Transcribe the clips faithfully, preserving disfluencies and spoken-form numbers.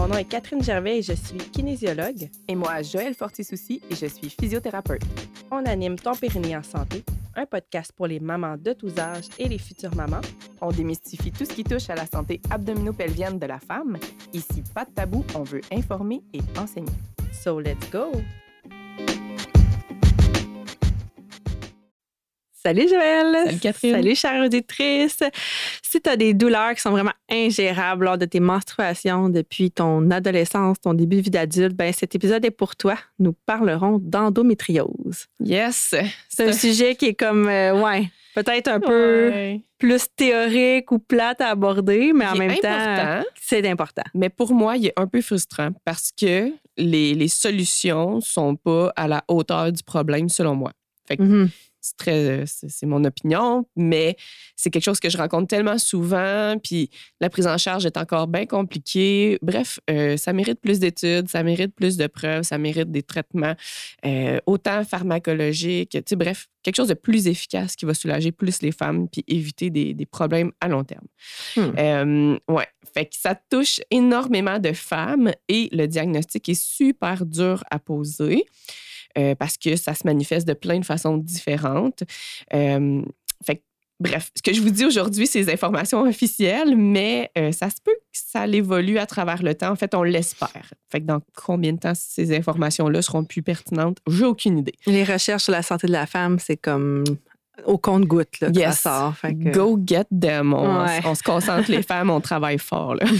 Mon nom est Catherine Gervais et je suis kinésiologue. Et moi, Joëlle Fortier-Soucy et je suis physiothérapeute. On anime Ton périnée en santé, un podcast pour les mamans de tous âges et les futures mamans. On démystifie tout ce qui touche à la santé abdominopelvienne de la femme. Ici, pas de tabou, on veut informer et enseigner. So let's go! Salut Joëlle! Salut Catherine! Salut chère auditrice! Si tu as des douleurs qui sont vraiment ingérables lors de tes menstruations depuis ton adolescence, ton début de vie d'adulte, ben cet épisode est pour toi. Nous parlerons d'endométriose. Yes! C'est un sujet qui est comme, euh, ouais, peut-être un peu ouais. plus théorique ou plate à aborder, mais en Il même est temps, important. c'est important. Mais pour moi, il est un peu frustrant parce que les, les solutions ne sont pas à la hauteur du problème, selon moi. Fait que Mm-hmm. C'est, très, c'est, c'est mon opinion, mais c'est quelque chose que je rencontre tellement souvent, puis la prise en charge est encore bien compliquée. Bref, euh, ça mérite plus d'études, ça mérite plus de preuves, ça mérite des traitements euh, autant pharmacologiques, tu sais, bref, quelque chose de plus efficace qui va soulager plus les femmes puis éviter des, des problèmes à long terme. Hmm. Euh, ouais, fait que ça touche énormément de femmes et le diagnostic est super dur à poser. Euh, parce que ça se manifeste de plein de façons différentes. Euh, fait que, bref, ce que je vous dis aujourd'hui, c'est des informations officielles, mais euh, ça se peut que ça évolue à travers le temps. En fait, on l'espère. Fait que dans combien de temps ces informations-là seront plus pertinentes, j'ai aucune idée. Les recherches sur la santé de la femme, c'est comme au compte-gouttes là, que yes. ça sort. Fait que... Go get them. On, ouais. on se concentre, les femmes, on travaille fort. Là.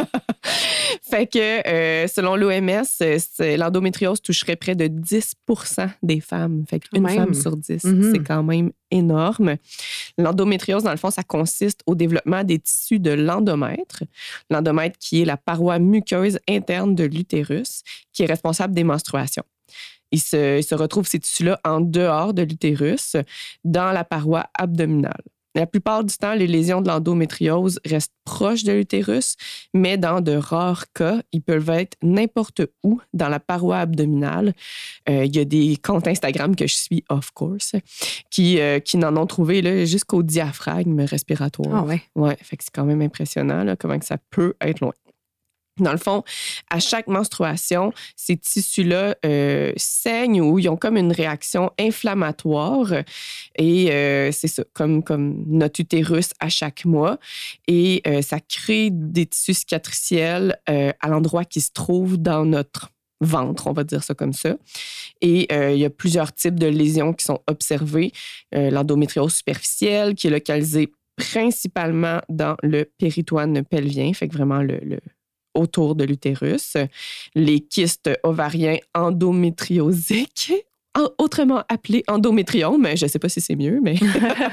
Fait que, euh, selon l'O M S, c'est, l'endométriose toucherait près de dix pour cent des femmes. Fait qu'une même. femme sur dix, Mm-hmm. c'est quand même énorme. L'endométriose, dans le fond, ça consiste au développement des tissus de l'endomètre. L'endomètre qui est la paroi muqueuse interne de l'utérus, qui est responsable des menstruations. Il se, il se retrouve, ces tissus-là, en dehors de l'utérus, dans la paroi abdominale. La plupart du temps, les lésions de l'endométriose restent proches de l'utérus, mais dans de rares cas, ils peuvent être n'importe où dans la paroi abdominale. Euh, il y a des comptes Instagram que je suis, of course, qui, euh, qui n'en ont trouvé là, jusqu'au diaphragme respiratoire. Ah ouais. Ouais, fait que c'est quand même impressionnant là, comment que ça peut être loin. Dans le fond, à chaque menstruation, ces tissus-là euh, saignent ou ils ont comme une réaction inflammatoire. Et euh, c'est ça, comme, comme notre utérus à chaque mois. Et euh, ça crée des tissus cicatriciels euh, à l'endroit qui se trouve dans notre ventre, on va dire ça comme ça. Et euh, il y a plusieurs types de lésions qui sont observées. Euh, l'endométriose superficielle, qui est localisée principalement dans le péritoine pelvien, fait que vraiment le... le autour de l'utérus, les kystes ovariens endométriosiques, autrement appelés endométriome, je ne sais pas si c'est mieux, mais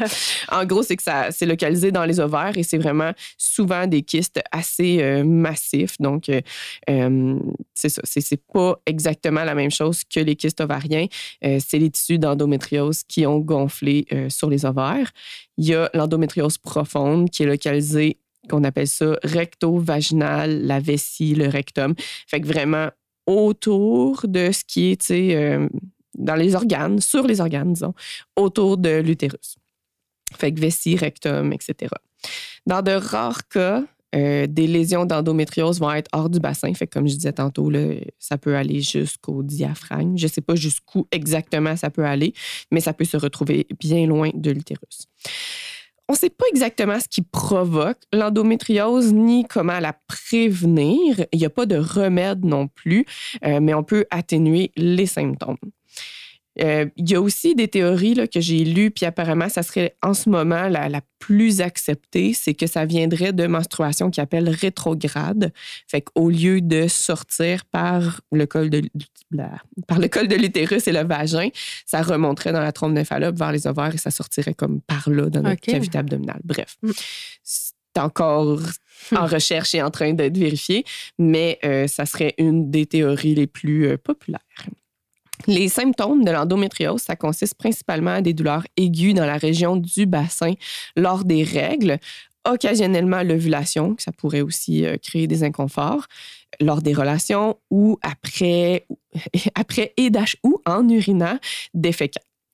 en gros, c'est que ça, c'est localisé dans les ovaires et c'est vraiment souvent des kystes assez euh, massifs. Donc, euh, euh, c'est ça, c'est, c'est pas exactement la même chose que les kystes ovariens. Euh, c'est les tissus d'endométriose qui ont gonflé euh, sur les ovaires. Il y a l'endométriose profonde qui est localisée qu'on appelle ça recto-vaginal, la vessie, le rectum. Fait que vraiment autour de ce qui est, tu sais, euh, dans les organes, sur les organes, disons, autour de l'utérus. Fait que vessie, rectum, et cetera. Dans de rares cas, euh, des lésions d'endométriose vont être hors du bassin. Fait que comme je disais tantôt, là, ça peut aller jusqu'au diaphragme. Je ne sais pas jusqu'où exactement ça peut aller, mais ça peut se retrouver bien loin de l'utérus. On ne sait pas exactement ce qui provoque l'endométriose ni comment la prévenir. Il n'y a pas de remède non plus, euh, mais on peut atténuer les symptômes. Euh, il y a aussi des théories là, que j'ai lues, puis apparemment, ça serait en ce moment la, la plus acceptée, c'est que ça viendrait de menstruations qui appellent rétrogrades. Fait qu'au lieu de sortir par le col de, la, par le col de l'utérus et le vagin, ça remonterait dans la trompe de Fallope vers les ovaires et ça sortirait comme par là dans notre okay. cavité abdominale. Bref, mm. c'est encore en recherche et en train d'être vérifié, mais euh, ça serait une des théories les plus euh, populaires. Les symptômes de l'endométriose, ça consiste principalement à des douleurs aiguës dans la région du bassin lors des règles, occasionnellement l'ovulation, que ça pourrait aussi euh, créer des inconforts, lors des relations ou après, après et dash ou en urinant déféquant.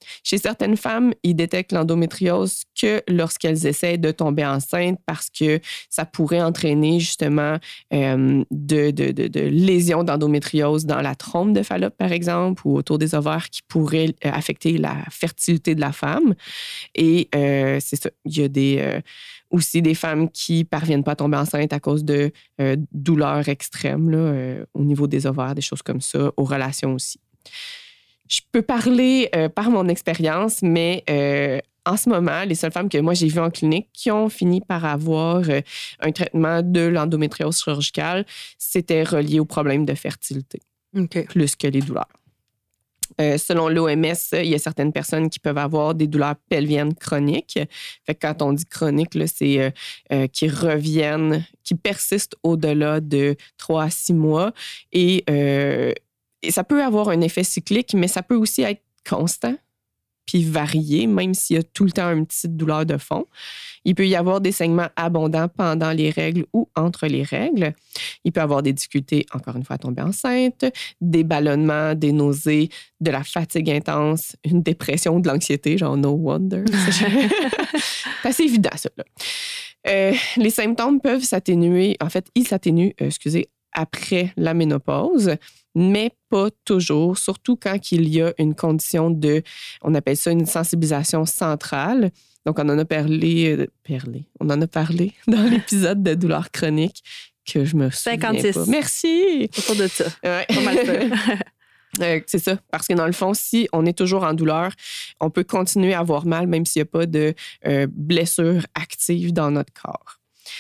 Chez certaines femmes, ils détectent l'endométriose que lorsqu'elles essaient de tomber enceinte parce que ça pourrait entraîner justement euh, de, de, de, de lésions d'endométriose dans la trompe de Fallope, par exemple, ou autour des ovaires qui pourraient euh, affecter la fertilité de la femme. Et euh, c'est ça, il y a des, euh, aussi des femmes qui ne parviennent pas à tomber enceinte à cause de euh, douleurs extrêmes là, euh, au niveau des ovaires, des choses comme ça, aux relations aussi. Je peux parler euh, par mon expérience, mais euh, en ce moment, les seules femmes que moi j'ai vues en clinique qui ont fini par avoir euh, un traitement de l'endométriose chirurgicale, c'était relié au problème de fertilité, okay. plus que les douleurs. Euh, selon l'O M S, il y a certaines personnes qui peuvent avoir des douleurs pelviennes chroniques. Fait que quand on dit chronique, là, c'est euh, euh, qui reviennent, qui persistent au-delà de trois à six mois et euh, Et ça peut avoir un effet cyclique, mais ça peut aussi être constant puis varier, même s'il y a tout le temps une petite douleur de fond. Il peut y avoir des saignements abondants pendant les règles ou entre les règles. Il peut y avoir des difficultés, encore une fois, à tomber enceinte, des ballonnements, des nausées, de la fatigue intense, une dépression, de l'anxiété, genre no wonder. C'est assez évident, ça. Là. Euh, les symptômes peuvent s'atténuer, en fait, ils s'atténuent, euh, excusez, après la ménopause, mais pas toujours, surtout quand il y a une condition de, on appelle ça une sensibilisation centrale. Donc, on en a parlé, euh, parlé, on en a parlé dans l'épisode de douleurs chroniques que je me souviens cinquante-six. Pas. Merci! Autour de ça. Ouais. Pas mal ça. Euh, c'est ça, parce que dans le fond, si on est toujours en douleur, on peut continuer à avoir mal même s'il n'y a pas de euh, blessure active dans notre corps.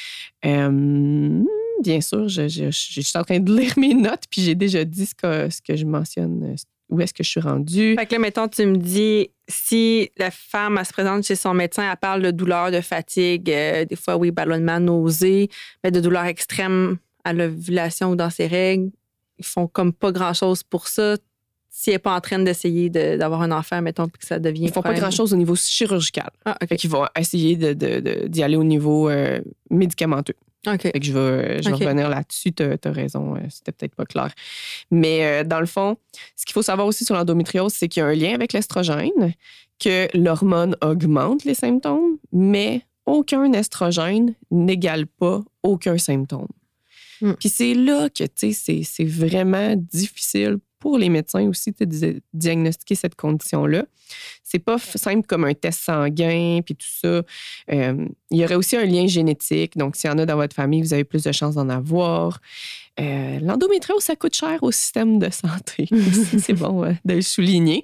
Euh, bien sûr, je, je, je, je suis en train de lire mes notes, puis j'ai déjà dit ce que, ce que je mentionne, où est-ce que je suis rendue. Fait que là, mettons, tu me dis, si la femme, elle se présente chez son médecin, elle parle de douleur, de fatigue, euh, des fois, oui, ballonnement, nausée, mais de douleur extrême à l'ovulation ou dans ses règles, ils font comme pas grand-chose pour ça. Si elle n'est pas en train d'essayer de, d'avoir un enfant, mettons, puis que ça devient... Ils font problème. pas grand-chose au niveau chirurgical. Ah, OK. Fait qu'ils vont essayer de, de, de, d'y aller au niveau euh, médicamenteux. OK. Fait que je vais, je vais okay. revenir là-dessus. Tu as raison, c'était peut-être pas clair. Mais euh, dans le fond, ce qu'il faut savoir aussi sur l'endométriose, c'est qu'il y a un lien avec l'estrogène, que l'hormone augmente les symptômes, mais aucun estrogène n'égale pas aucun symptôme. Mm. Puis c'est là que, tu sais, c'est, c'est vraiment difficile pour les médecins aussi de diagnostiquer cette condition-là. C'est pas simple comme un test sanguin puis tout ça. Euh, il y aurait aussi un lien génétique. Donc, s'il y en a dans votre famille, vous avez plus de chances d'en avoir. Euh, l'endométriose, ça coûte cher au système de santé. C'est bon euh, de le souligner.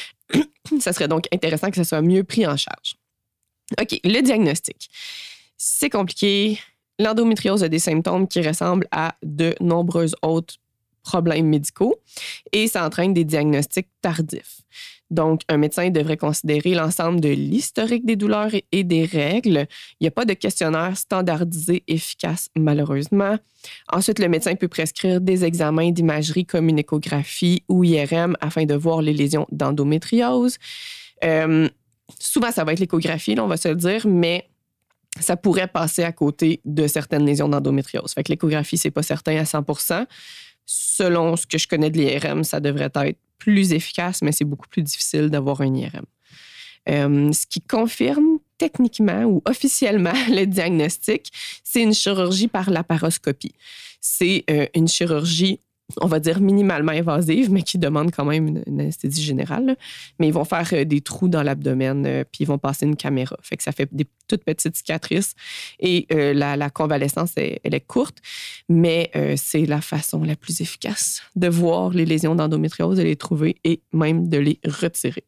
Ça serait donc intéressant que ça soit mieux pris en charge. OK, le diagnostic. C'est compliqué. L'endométriose a des symptômes qui ressemblent à de nombreuses autres problèmes médicaux et ça entraîne des diagnostics tardifs. Donc, un médecin devrait considérer l'ensemble de l'historique des douleurs et des règles. Il n'y a pas de questionnaire standardisé efficace, malheureusement. Ensuite, le médecin peut prescrire des examens d'imagerie comme une échographie ou I R M afin de voir les lésions d'endométriose. Euh, souvent, ça va être l'échographie, là, on va se le dire, mais ça pourrait passer à côté de certaines lésions d'endométriose. Fait que l'échographie, c'est pas certain à cent pour cent. Selon ce que je connais de l'I R M, ça devrait être plus efficace, mais c'est beaucoup plus difficile d'avoir un I R M. Euh, ce qui confirme techniquement ou officiellement le diagnostic, c'est une chirurgie par laparoscopie. C'est euh, une chirurgie, on va dire minimalement invasive, mais qui demande quand même une, une anesthésie générale. Là. Mais ils vont faire euh, des trous dans l'abdomen, euh, puis ils vont passer une caméra. Fait que ça fait des toutes petites cicatrices. Et euh, la, la convalescence, elle, elle est courte, mais euh, c'est la façon la plus efficace de voir les lésions d'endométriose, de les trouver et même de les retirer.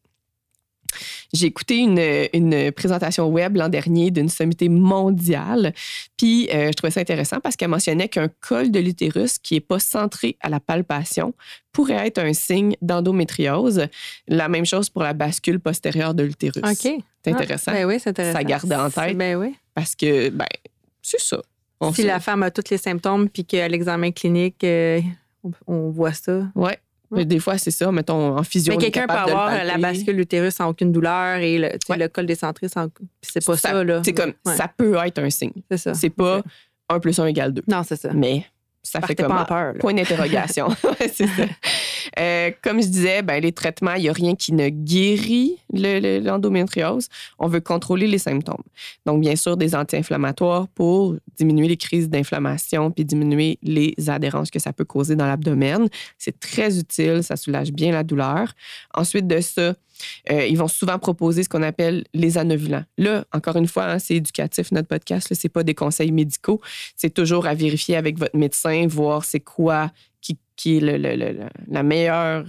J'ai écouté une, une présentation web l'an dernier d'une sommité mondiale, puis euh, je trouvais ça intéressant parce qu'elle mentionnait qu'un col de l'utérus qui n'est pas centré à la palpation pourrait être un signe d'endométriose. La même chose pour la bascule postérieure de l'utérus. OK. C'est intéressant. Ah, ben oui, c'est intéressant. Ça garde en tête. Ben oui. Parce que, ben, c'est ça. On si sait. La femme a tous les symptômes puis qu'à l'examen clinique, euh, on, on voit ça. Oui. Ouais. Des fois, c'est ça, mettons, en physio. Mais quelqu'un peut avoir la bascule l'utérus sans aucune douleur et le, ouais. le col décentré sans. C'est pas ça, ça là. C'est comme, ouais. Ça peut être un signe. C'est ça. C'est pas okay. un plus un égale deux. Non, c'est ça. Mais ça Partez fait comme pas en peur, point d'interrogation. C'est ça. Euh, comme je disais, ben, les traitements, il n'y a rien qui ne guérit le, le, l'endométriose. On veut contrôler les symptômes. Donc, bien sûr, des anti-inflammatoires pour diminuer les crises d'inflammation puis diminuer les adhérences que ça peut causer dans l'abdomen. C'est très utile, ça soulage bien la douleur. Ensuite de ça, Euh, ils vont souvent proposer ce qu'on appelle les anovulants. Là, encore une fois, hein, c'est éducatif, notre podcast. Ce n'est pas des conseils médicaux. C'est toujours à vérifier avec votre médecin, voir c'est quoi qui, qui est le, le, le, la meilleure...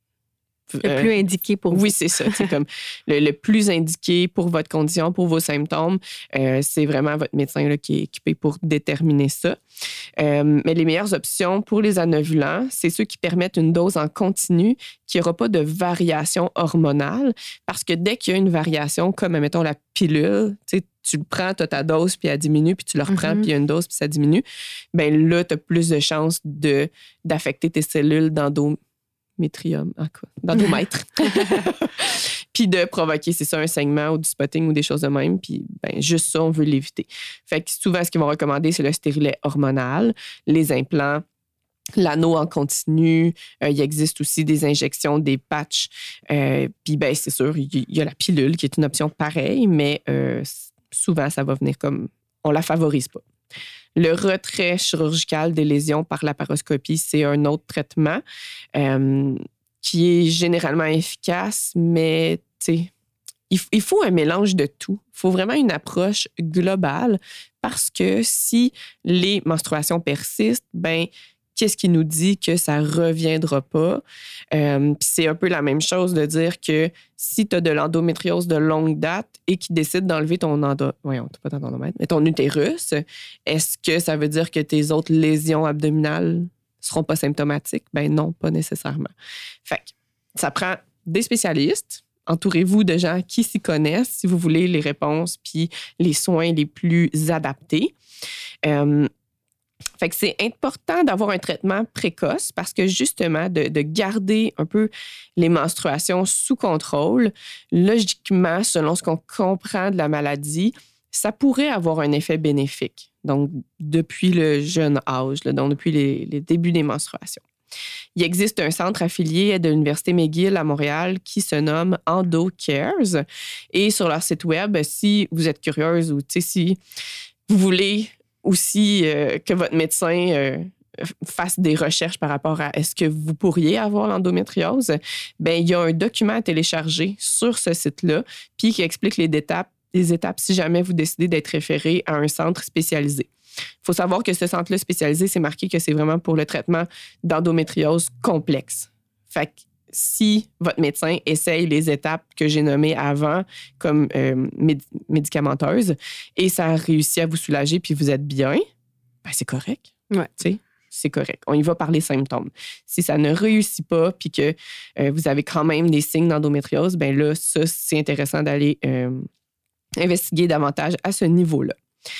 Le euh, plus indiqué pour vous. Oui, c'est ça. C'est comme le, le plus indiqué pour votre condition, pour vos symptômes. Euh, c'est vraiment votre médecin là, qui est équipé pour déterminer ça. Euh, mais les meilleures options pour les anovulants, c'est ceux qui permettent une dose en continu, qu'il n'y aura pas de variation hormonale. Parce que dès qu'il y a une variation, comme, mettons, la pilule, tu le prends, tu as ta dose, puis elle diminue, puis tu le reprends, mm-hmm. puis il y a une dose, puis ça diminue, bien là, tu as plus de chances de, d'affecter tes cellules d'endométriose. Métrium, en quoi? D'endomètre. Puis de provoquer, c'est ça, un saignement ou du spotting ou des choses de même. Puis ben, juste ça, on veut l'éviter. Fait que souvent, ce qu'ils vont recommander, c'est le stérilet hormonal, les implants, l'anneau en continu. Euh, il existe aussi des injections, des patchs. Euh, puis ben, c'est sûr, il y a la pilule qui est une option pareille, mais euh, souvent, ça va venir comme... On la favorise pas. Le retrait chirurgical des lésions par laparoscopie, c'est un autre traitement euh, qui est généralement efficace, mais il, il faut un mélange de tout. Il faut vraiment une approche globale parce que si les menstruations persistent, ben qu'est-ce qui nous dit que ça ne reviendra pas? Euh, puis c'est un peu la même chose de dire que si tu as de l'endométriose de longue date et qui décide d'enlever ton endo... Voyons, pas ton endomètre, mais ton utérus, est-ce que ça veut dire que tes autres lésions abdominales ne seront pas symptomatiques? Ben non, pas nécessairement. Fait que ça prend des spécialistes. Entourez-vous de gens qui s'y connaissent si vous voulez les réponses puis les soins les plus adaptés. Euh, Fait que c'est important d'avoir un traitement précoce parce que justement, de, de garder un peu les menstruations sous contrôle, logiquement, selon ce qu'on comprend de la maladie, ça pourrait avoir un effet bénéfique. Donc, depuis le jeune âge, là, donc depuis les, les débuts des menstruations. Il existe un centre affilié de l'Université McGill à Montréal qui se nomme EndoCares. Et sur leur site web, si vous êtes curieuse ou si vous voulez aussi euh, que votre médecin euh, fasse des recherches par rapport à est-ce que vous pourriez avoir l'endométriose, bien, il y a un document à télécharger sur ce site-là puis qui explique les étapes, les étapes si jamais vous décidez d'être référé à un centre spécialisé. Il faut savoir que ce centre-là spécialisé, c'est marqué que c'est vraiment pour le traitement d'endométriose complexe. Fait que si votre médecin essaye les étapes que j'ai nommées avant comme euh, méd- médicamenteuses et ça réussit à vous soulager puis vous êtes bien, ben c'est correct. Ouais. Tu sais, c'est correct. On y va par les symptômes. Si ça ne réussit pas puis que euh, vous avez quand même des signes d'endométriose, ben là, ça, c'est intéressant d'aller euh, investiguer davantage à ce niveau-là.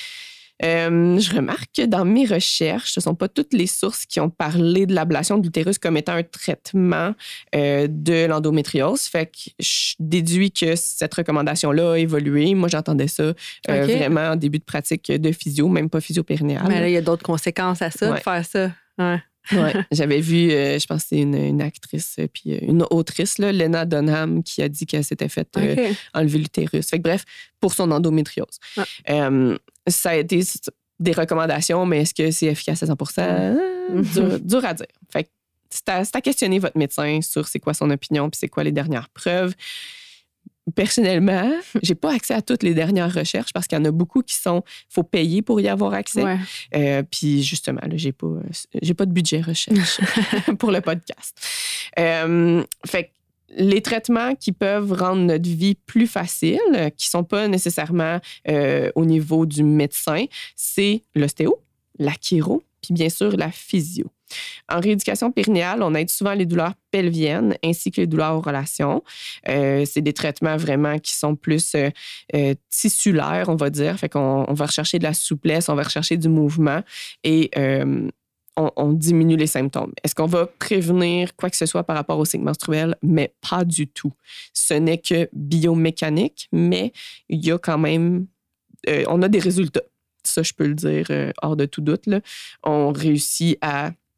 Euh, je remarque que dans mes recherches, ce ne sont pas toutes les sources qui ont parlé de l'ablation de l'utérus comme étant un traitement euh, de l'endométriose. Fait que je déduis que cette recommandation-là a évolué. Moi, j'entendais ça euh, okay. vraiment en début de pratique de physio, même pas physio-périnéale. Mais là, il y a d'autres conséquences à ça, ouais. de faire ça. Ouais. Ouais, j'avais vu, euh, je pense que c'est une, une actrice, euh, puis une autrice, là, Lena Dunham, qui a dit qu'elle s'était fait euh, okay. enlever l'utérus. Fait que, bref, pour son endométriose. Ah. Euh, ça a été des recommandations, mais est-ce que c'est efficace à cent pour cent? Mm-hmm. Dur, dur à dire. Fait que c'est à, c'est à questionner votre médecin sur c'est quoi son opinion, puis c'est quoi les dernières preuves. Personnellement, j'ai pas accès à toutes les dernières recherches parce qu'il y en a beaucoup qui sont faut payer pour y avoir accès. Ouais. Euh, puis justement, là, j'ai pas j'ai pas de budget recherche pour le podcast. Euh, fait que les traitements qui peuvent rendre notre vie plus facile, qui sont pas nécessairement euh, au niveau du médecin, c'est l'ostéo, la chiro, puis bien sûr la physio. En rééducation périnéale, on aide souvent les douleurs pelviennes ainsi que les douleurs aux relations. Euh, c'est des traitements vraiment qui sont plus euh, euh, tissulaires, on va dire. Fait qu'on on va rechercher de la souplesse, on va rechercher du mouvement et euh, on, on diminue les symptômes. Est-ce qu'on va prévenir quoi que ce soit par rapport au cycle menstruel? Mais pas du tout. Ce n'est que biomécanique, mais il y a quand même... Euh, on a des résultats. Ça, je peux le dire euh, hors de tout doute. Là. On réussit à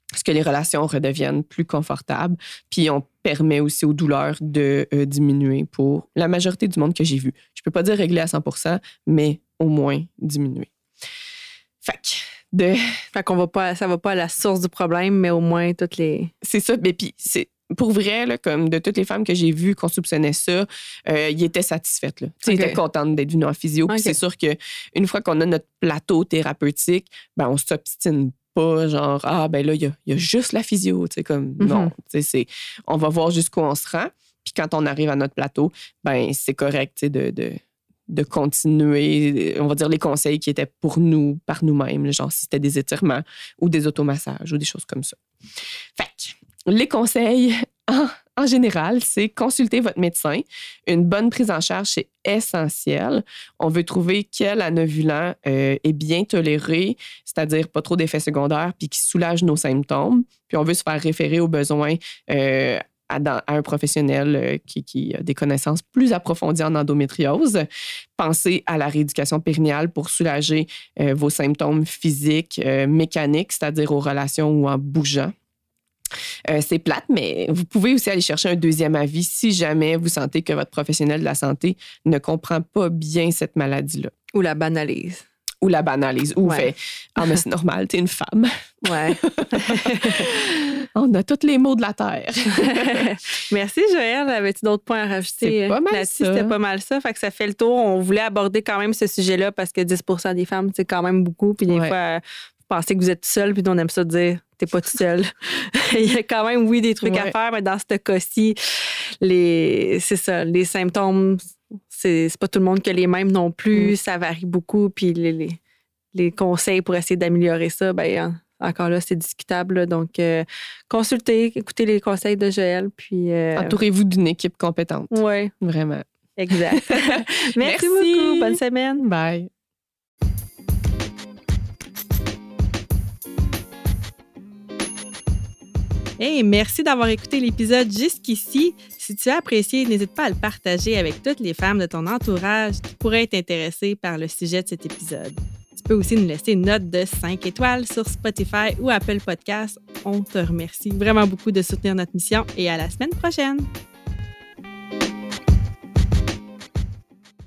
ce que les relations redeviennent plus confortables. Puis on permet aussi aux douleurs de euh, diminuer pour la majorité du monde que j'ai vu. Je peux pas dire régler à cent pour cent, mais au moins diminuer. Fait que de... Fait qu'on va pas, ça va pas à la source du problème, mais au moins toutes les... C'est ça. Mais puis c'est... Pour vrai, là, comme de toutes les femmes que j'ai vues qu'on soupçonnait ça, euh, ils étaient satisfaites. Là. Okay. Ils étaient contentes d'être venues en physio. Okay. Puis c'est sûr qu'une fois qu'on a notre plateau thérapeutique, ben, on s'obstine pas, genre, ah, ben là, il y a, y a juste la physio. Comme, mm-hmm. Non, c'est, on va voir jusqu'où on se rend. Puis quand on arrive à notre plateau, ben c'est correct de, de, de continuer, on va dire, les conseils qui étaient pour nous, par nous-mêmes, genre si c'était des étirements ou des automassages ou des choses comme ça. Fait que, les conseils, en, en général, c'est consulter votre médecin. Une bonne prise en charge, c'est essentiel. On veut trouver quel anovulant euh, est bien toléré, c'est-à-dire pas trop d'effets secondaires, puis qui soulage nos symptômes. Puis on veut se faire référer aux besoins euh, à, dans, à un professionnel euh, qui, qui a des connaissances plus approfondies en endométriose. Pensez à la rééducation périnéale pour soulager euh, vos symptômes physiques, euh, mécaniques, c'est-à-dire aux relations ou en bougeant. Euh, c'est plate, mais vous pouvez aussi aller chercher un deuxième avis si jamais vous sentez que votre professionnel de la santé ne comprend pas bien cette maladie-là. Ou la banalise. Ou la banalise. Ou ouais. fait « Ah, mais c'est normal, t'es une femme. » Ouais. On a tous les mots de la terre. Merci, Joëlle. Avais-tu d'autres points à rajouter? C'est pas mal ça. C'était pas mal ça. Fait que ça fait le tour. On voulait aborder quand même ce sujet-là parce que dix pour cent des femmes, c'est quand même beaucoup. Puis des ouais. fois, vous pensez que vous êtes seul, puis on aime ça dire t'es pas tout seul. Il y a quand même, oui, des trucs ouais. à faire, mais dans ce cas-ci, les, c'est ça, les symptômes, c'est, c'est pas tout le monde qui a les mêmes non plus. Mm. Ça varie beaucoup. Puis les, les, les conseils pour essayer d'améliorer ça, ben encore là, c'est discutable. Là. Donc, euh, consultez, écoutez les conseils de Joëlle. Puis, euh... entourez-vous d'une équipe compétente. Oui. Vraiment. Exact. Merci, Merci beaucoup. Bonne semaine. Bye. Hey, merci d'avoir écouté l'épisode jusqu'ici. Si tu as apprécié, n'hésite pas à le partager avec toutes les femmes de ton entourage qui pourraient être intéressées par le sujet de cet épisode. Tu peux aussi nous laisser une note de cinq étoiles sur Spotify ou Apple Podcasts. On te remercie vraiment beaucoup de soutenir notre mission et à la semaine prochaine!